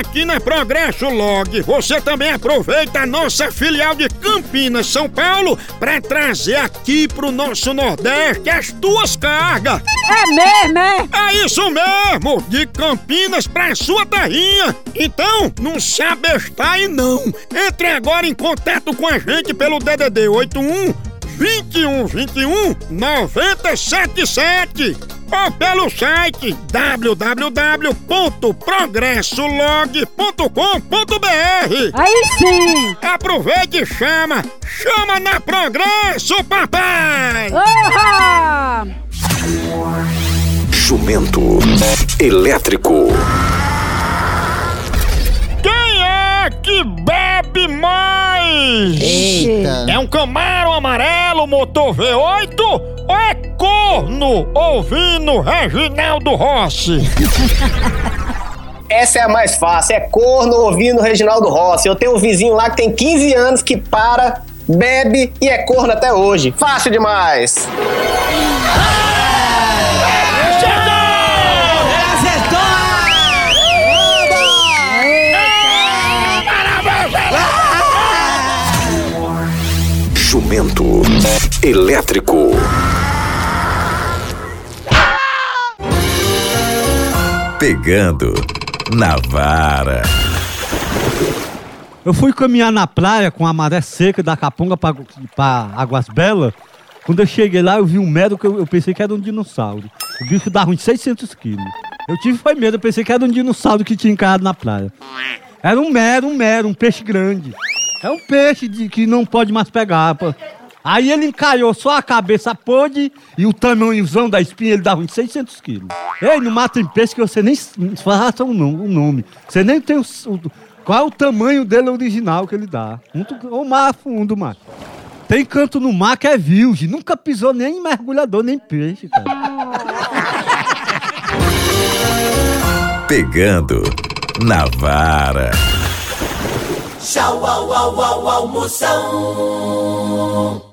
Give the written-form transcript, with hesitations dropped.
aqui na Progresso Log, você também aproveita a nossa filial de Campinas, São Paulo, para trazer aqui pro nosso Nordeste as tuas cargas. É mesmo, é? É isso mesmo, de Campinas pra sua terrinha. Então, não se abestar e não. Entre agora em contato com a gente pelo DDD 81 21 21 977 ou pelo site www.progressolog.com.br. Aí sim! Aproveite e chama na Progresso, papai! Oha! Jumento elétrico. Quem é que bebe mais? Eita. É um Camaro amarelo motor V8 ou é corno ouvindo Reginaldo Rossi? Essa é a mais fácil, é corno ouvindo Reginaldo Rossi. Eu tenho um vizinho lá que tem 15 anos que para, bebe e é corno até hoje. Fácil demais! Jumento elétrico. Pegando na vara. Eu fui caminhar na praia com a maré seca da Caponga pra Águas Belas. Quando eu cheguei lá, eu vi um medo que eu pensei que era um dinossauro. O bicho dava uns 600 quilos. Eu tive medo, eu pensei que era um dinossauro que tinha encarado na praia. Era um peixe grande. É um peixe que não pode mais pegar. Pô. Aí ele encalhou só a cabeça podre e o tamanhozão da espinha, ele dava uns 600 quilos. Ei, não mata em peixe que você nem faça o nome. Você nem tem qual é o tamanho dele original que ele dá. O mar fundo, macho. Tem canto no mar que é virgem. Nunca pisou nem em mergulhador, nem peixe, cara. Pegando na vara. Tchau, au, au, au, almoção.